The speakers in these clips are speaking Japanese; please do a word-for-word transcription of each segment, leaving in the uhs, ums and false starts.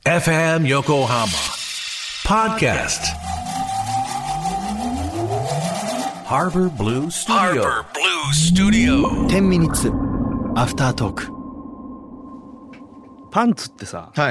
エフエム 横浜 Podcast Harbor Blue Studio Harbor Blue Studio テンミニッツアフタートーク。 パンツってさ、 はい。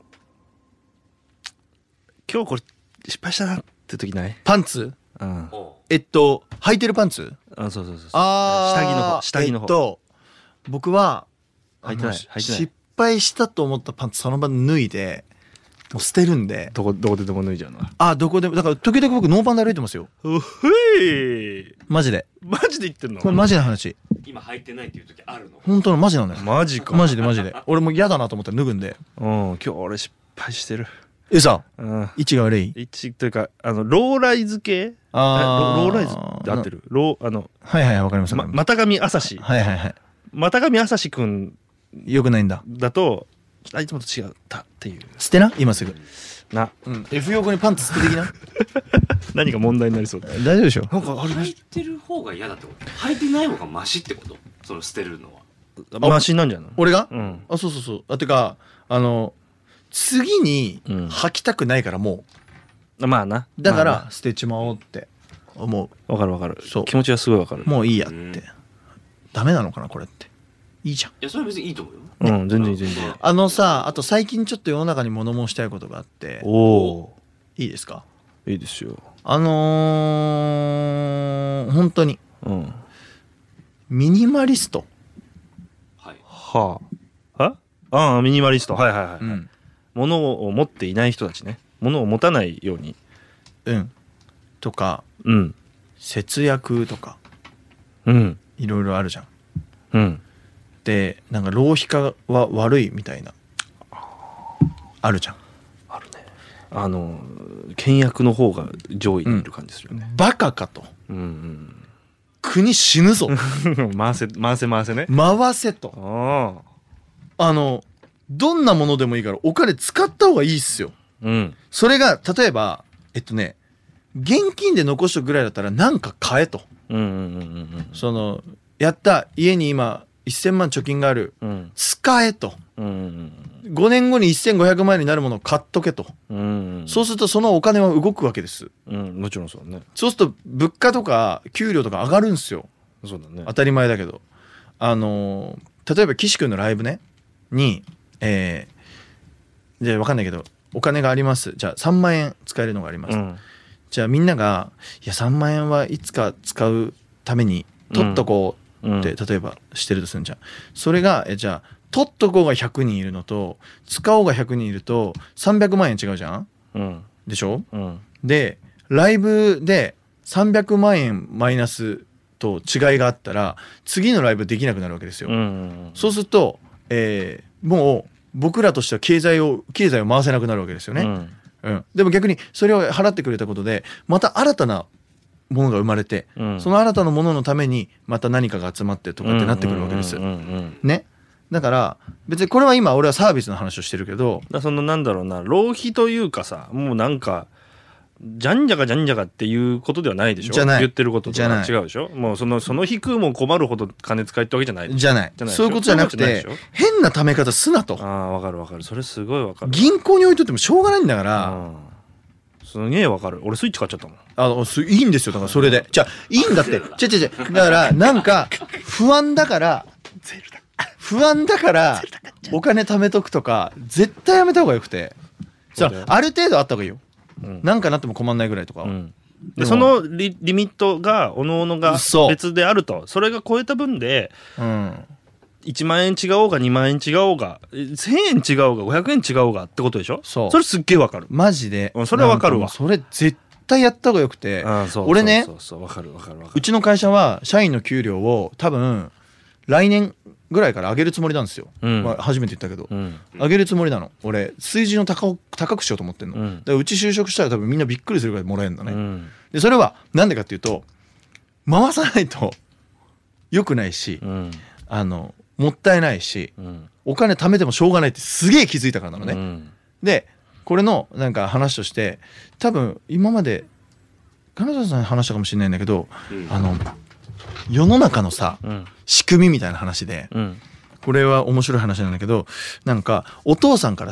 今日これ失敗したなって時ない？ パンツ？ うん。 えっと履いてるパンツ？ あ、そうそうそうそう。 あ下着の方、下着の方。 えっと僕は履いてない、履いてない。 失敗したと思ったパンツその場で脱いでもう捨てるんで。 どこどこででも脱いじゃうの。 あ、どこでも。だから時々僕ノーパンで歩いてますよ。 うふい。 マジで。 マジで言ってんの？ これマジな話。 今履いてないっていう時あるの？ 本当のマジなのよ。 マジか。 マジでマジで。俺も嫌だなと思ったら脱ぐんで。 うん。今日俺失敗してる。 えさ、 うん。 位置が悪い？ 位置というかあのローライズ系？ あロローライズって合ってる？ローあのはいはいわかります。 ま股上朝志。 はいはいはい。 股上朝志くんよくないんだ。 だとあいつもと違ったっていう。 捨てな今すぐ。 な。 うん。F 横にパンツ捨て的な。 何か問題になりそうだ。 大丈夫でしょ。 なんかあれ履いてる方が嫌だってこと？履いてない方がマシってこと？その捨てるのは。 マシなんじゃない？ 俺が？ うん。 あ、そうそうそう。あ、てかあの次にうん履きたくないからもまあな。 うだかまあら捨てちまおうって思なわかるわかる。 そう気持ちはすごいわかる。 う。もういいやっうんて。ダメなのかなこれって。いいじゃん。 いやそれは別にいいと思うよ。 うん、全然全然。 あのさ、あと最近ちょっと世の中に物申したいことがあって。 おおいいですか？ ー、いいですよ。 あのー、本当にうん。 ミニマリスト。 はい。 はあ。あああ、ミニマリスト。はいはいはい。 うん。 物を持っていない人たちね。物を持たないように。 うん。とか、 うん。 節約とか、 うん。 いろいろあるじゃん。 うん。 で、なんか浪費家は悪いみたいな。あるじゃん。 あるね。あの、倹約の方が上位にいる感じするよね。 バカかと。 うんうん。 国死ぬぞ。 回せ、回せ回せね。 回せと。 ああ。 あの、どんなものでもいいからお金使った方がいいっすよ。 うん。 それが、例えば、えっとね、現金で残しとくぐらいだったらなんか買えと。 うんうんうんうんその、やった、家に今せんまん貯金がある。 うん。うん。 使えと。 うんうんごねんごにせんごひゃくまん円になるものを買っとけと。 うん。うん。 そうするとそのお金は動くわけです。 うん、もちろんそうだね。 そうすると物価とか給料とか上がるんですよ。 そうだね当。たり前だけど。あのー、例えば岸君のライブね、に、えー、じゃあ分かんないけど、お金があります。じゃあさんまんえん使えるのがあります。 うん。 じゃあみんなが、いやさんまんえんはいつか使うために取っとこうって、 うん例えばしてるとするんじゃん。それが、えじゃあ、取っとこうがひゃくにんいるのと、使おうがひゃくにんいるとさんびゃくまんえん違うじゃんうん。 でしょ。 うん。 で、ライブでさんびゃくまんえんマイナスと違いがあったら、次のライブできなくなるわけですよ。 うん。 そうすると、えーもう僕らとしては経済を、経済を回せなくなるわけですよね。 うん。 うん。でも逆にそれを払ってくれたことで、また新たなものが生まれて、 うん。 その新たなもののためにまた何かが集まってとかってなってくるわけです。 うんうんうんうん。 ね。だから別にこれは今俺はサービスの話をしてるけど、 だそのなんだろうな、浪費というかさ、もうなんかじゃんじゃかじゃんじゃかっていうことではないでしょ。 じゃない言ってることとじゃない違うでしょ。もうそのその日食うもん困るほど金使いってわけじゃないでしょ。 じゃないじゃないでしょそういうことじゃなくてそういうことじゃないでしょ。 変な貯め方すなと。 ああ、わかるわかる。それすごいわかる。 銀行に置いとってもしょうがないんだから、 うん。すげえわかる。俺スイッチ買っちゃったもん。 あのすいいんですよ。だからそれでじゃあいいんだって。ちゃちゃちゃだからなんか不安だから不安だからお金貯めとくとか絶対やめた方がよくて、 そうだよさある程度あった方がいいよ。 うん。 なんかなっても困んないぐらいとか。 うん。 でもでそのリリミットがおのおのがそう別であると、それが超えた分でうん。 いちまんえん違おうがにまんえん違おうがせんえん違おうがごひゃくえん違おうがってことでしょ。 そうそれすっげえわかる。 マジで。 うんそれはわかるわなんもうそれ絶対やった方がよくて。 ああそう俺ねそうそうそうわかるわかるわかうる。 ちの会社は社員の給料を多分来年ぐらいから上げるつもりなんですよ。 うんまあ、初めて言ったけど。 うん上げるつもりなの。俺数字の高を高くしようと思ってんの。 うんだからうち就職したら多分みんなびっくりするぐらいもらえるのね。 うんでそれはなんでかっていうと回さないと良くないし、 うんあのもったいないし、 うんお金貯めてもしょうがないってすげえ気づいたからなのね。 うんでこれのなんか話として多分今まで金沢さんに話したかもしれないんだけど、 うんあの世の中のさうん仕組みみたいな話で、 うんこれは面白い話なんだけど、なんかお父さんからさ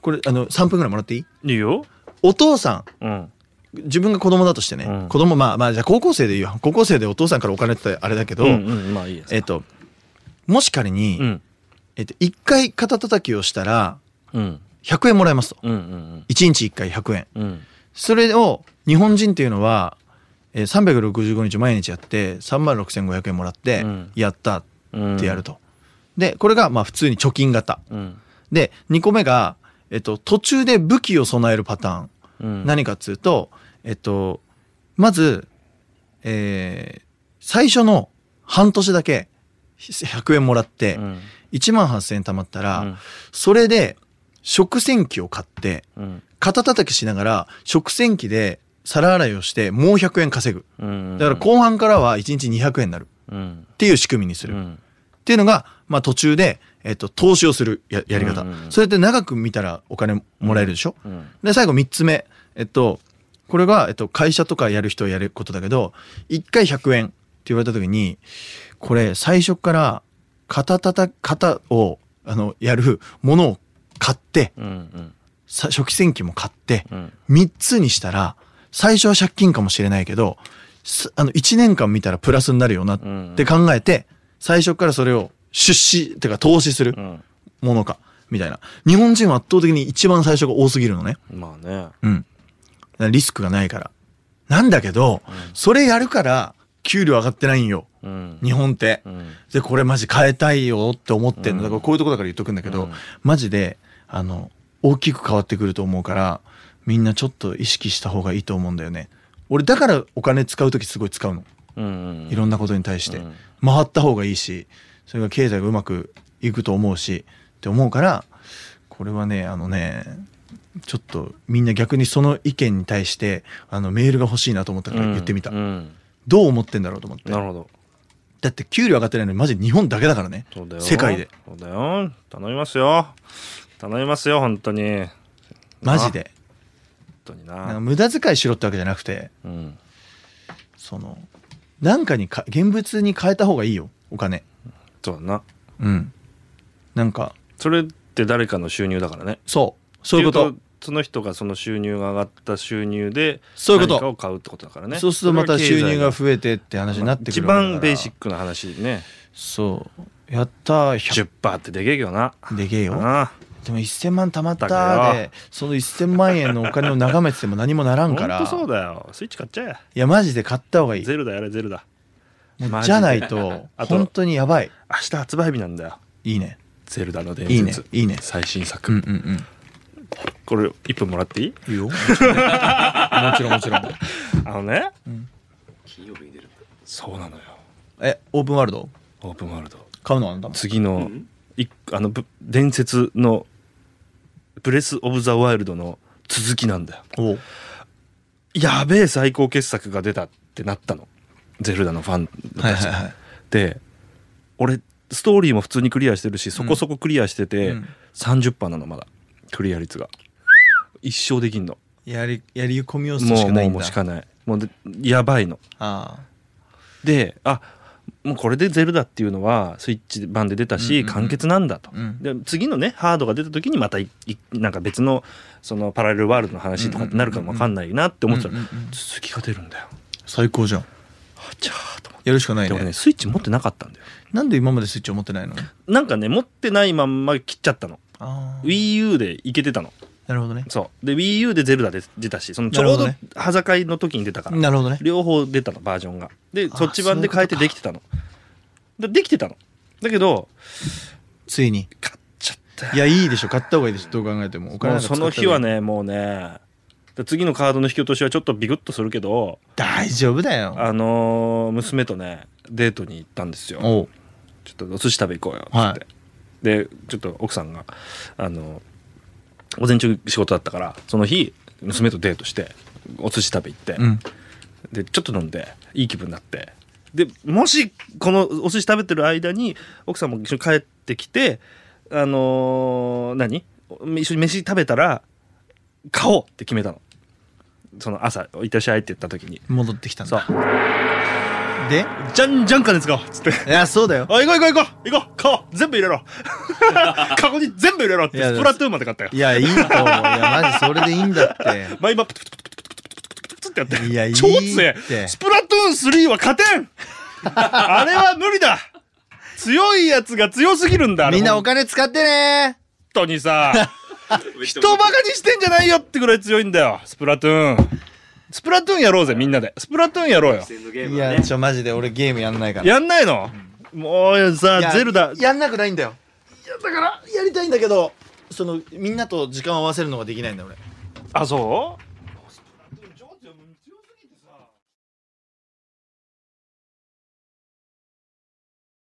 これあのさんぷんぐらいもらっていい？ いいよ。 お父さん、 うん。 自分が子供だとしてね、 うん子供まあまあじゃあ高校生でいいよ。高校生でお父さんからお金ってあれだけど、 うんうんまあいいや。 えっともし仮に、 うんえっといっかい肩叩きをしたらうんひゃくえんもらえますと。 うんうんいちにちいっかいひゃくえん。 うんうんそれを日本人っていうのは、えー、さんびゃくろくじゅうごにち毎日やってさんまんろくせんごひゃくえんもらって、 うんやったっうんてやると。でこれがまあ普通に貯金型。 うんでにこめが、えっと、途中で武器を備えるパターン。 うん何かっつうと、えっと、まず、えー最初の半年だけひゃくえんもらってうんいちまんはっせんえん貯まったら、 うんそれで食洗機を買ってうん肩叩きしながら食洗機で皿洗いをしてもうひゃくえん稼ぐ。 うんだから後半からはいちにちにひゃくえんになるうんっていう仕組みにする。っうんていうのが、まあ途中で、えっと、投資をするややり方。 うんうんうんそれって長く見たらお金もらえるでしょ、 うんで、最後みっつめ。えっと、これが、えっと、会社とかやる人はやることだけど、いっかいひゃくえんって言われた時に、これ最初から肩たた、肩を、あの、やるものを買って、 うんうんさ初期洗機も買って、 うんみっつにしたら、最初は借金かもしれないけど、すあの、いちねんかん見たらプラスになるよなって考えて、最初からそれを出資、ってか投資するうんものか、みたいな。日本人は圧倒的に一番最初が多すぎるのね。 まあねうん。だからリスクがないから。なんだけど、それやるから、給料上がってないんよ。 うん日本って。 うんで、これマジ変えたいよって思ってんの。 うんだからこういうとこだから言っとくんだけど、 うんマジで、あの、大きく変わってくると思うから、みんなちょっと意識した方がいいと思うんだよね。俺だからお金使うときすごい使うの。 うんうんいろんなことに対して。 うん回った方がいいし、それが経済がうまくいくと思うし、って思うから、これはね、あのね、ちょっとみんな逆にその意見に対してあのメールが欲しいなと思ったから言ってみた、 うんうんどう思ってんだろうと思って。 なるほど。 だって給料上がってないのにマジ日本だけだからね。 そうだよ世界でそうだよ頼みますよ頼みますよ本当にマジで本当になんかな無駄遣いしろってわけじゃなくて、 うんそのなんかにか現物に変えた方がいいよお金。 そうだなうんなんかそれって誰かの収入だからねそうそういうことってその人がその収入が上がった収入でそういうこと何かを買うってことだからね。 そうするとまた収入がえ増えてって話になってく一るわけだから番ベーシックな話ねそうやったーじゅっパーセント ってでけえけどなでけえよ。 あでもせんまん貯まっただけでそのせんまんえんのお金を眺めてても何もならあんからほんとそうだよスイッチ買っちゃえいやマジで買った方がいい。 ゼルだやれゼルだもうマジでじゃないとあと本当にやばい。 明日発売日なんだよいいねゼルダの伝いいね説いいね最新作、 うんうんうんこれいっぷんもらっていい？ いいよもちろんもちろんもちろん。 あのね金曜日に出るんだ。 そうなのよえオープンワールドオープンワールド買うのあんたも。 次の、 うんいあのぶ伝説のブレス・オブ・ザ・ワイルドの続きなんだよ。 おうやべえ最高傑作が出たってなったのゼルダのファンたち、 はいはいはいで俺ストーリーも普通にクリアしてるしそこそこクリアしてて、 うんさんじゅっパーセント なのまだクリア率が一生できんのやりやり込みをするしもうもうかないんだ。 もうしかないもうでやばいのあであもうこれでゼルダっていうのはスイッチ版で出たし、 うんうんうん完結なんだと、 うんで次のねハードが出た時にまたいいなんか別のそのパラレルワールドの話とかになるかも分かんないなって思ってたら、 うんうんうんうん続きが出るんだよ。 最高じゃん。 あじゃあと思ってやるしかないね。 で俺ねスイッチ持ってなかったんだよ。 なんで今までスイッチを持ってないの？ なんかね持ってないまんま切っちゃったの。 あー WiiU でいけてたの。 なるほどね。 そうで WiiU でゼルダで出たしそのちょうどなるほどね端境の時に出たから、 なるほどね。 両方出たのバージョンがであそっち版で変えてできてたのでできてたのだけどついに。 買っちゃったよいやいいでしょ買った方がいいですどう考えても。お金もうんそのなか使った方がいい日はねもうねで次のカードの引き落としはちょっとビクッとするけど大丈夫だよ。 あのー娘とねデートに行ったんですよ。 おうちょっとお寿司食べ行こうよっつって、 はいでちょっと奥さんがあの午前中仕事だったからその日娘とデートしてお寿司食べ行って、 うんでちょっと飲んでいい気分になってでもしこのお寿司食べてる間に奥さんも一緒に帰ってきてあのー何一緒に飯食べたら買おうって決めたのその朝「いってらっしゃい」って言った時に戻ってきたんそうだ。 でじゃんじゃん金使おうっつっていやそうだよ。 あ、行こう行こう行こう行こう買おう全部入れろカゴに全部入れろっていやスプラトゥーンまで買ったよ。 いやいいと思う。いやマジそれでいいんだって毎晩プツプツプツプツプツプツってやっていやいいって超強え。スプラトゥーンスリーは勝てんあれは無理だ。強いやつが強すぎるんだ。あれみんなお金使ってね本当にさ人バカにしてんじゃないよってぐらい強いんだよスプラトゥーン。スプラトゥーンやろうぜみんなで。スプラトゥーンやろうよ。 いやちょマジで俺ゲームやんないから。 やんないの、うん、もうさいやゼルダやんなくないんだよ。いやだからやりたいんだけどそのみんなと時間を合わせるのができないんだ俺。 あそ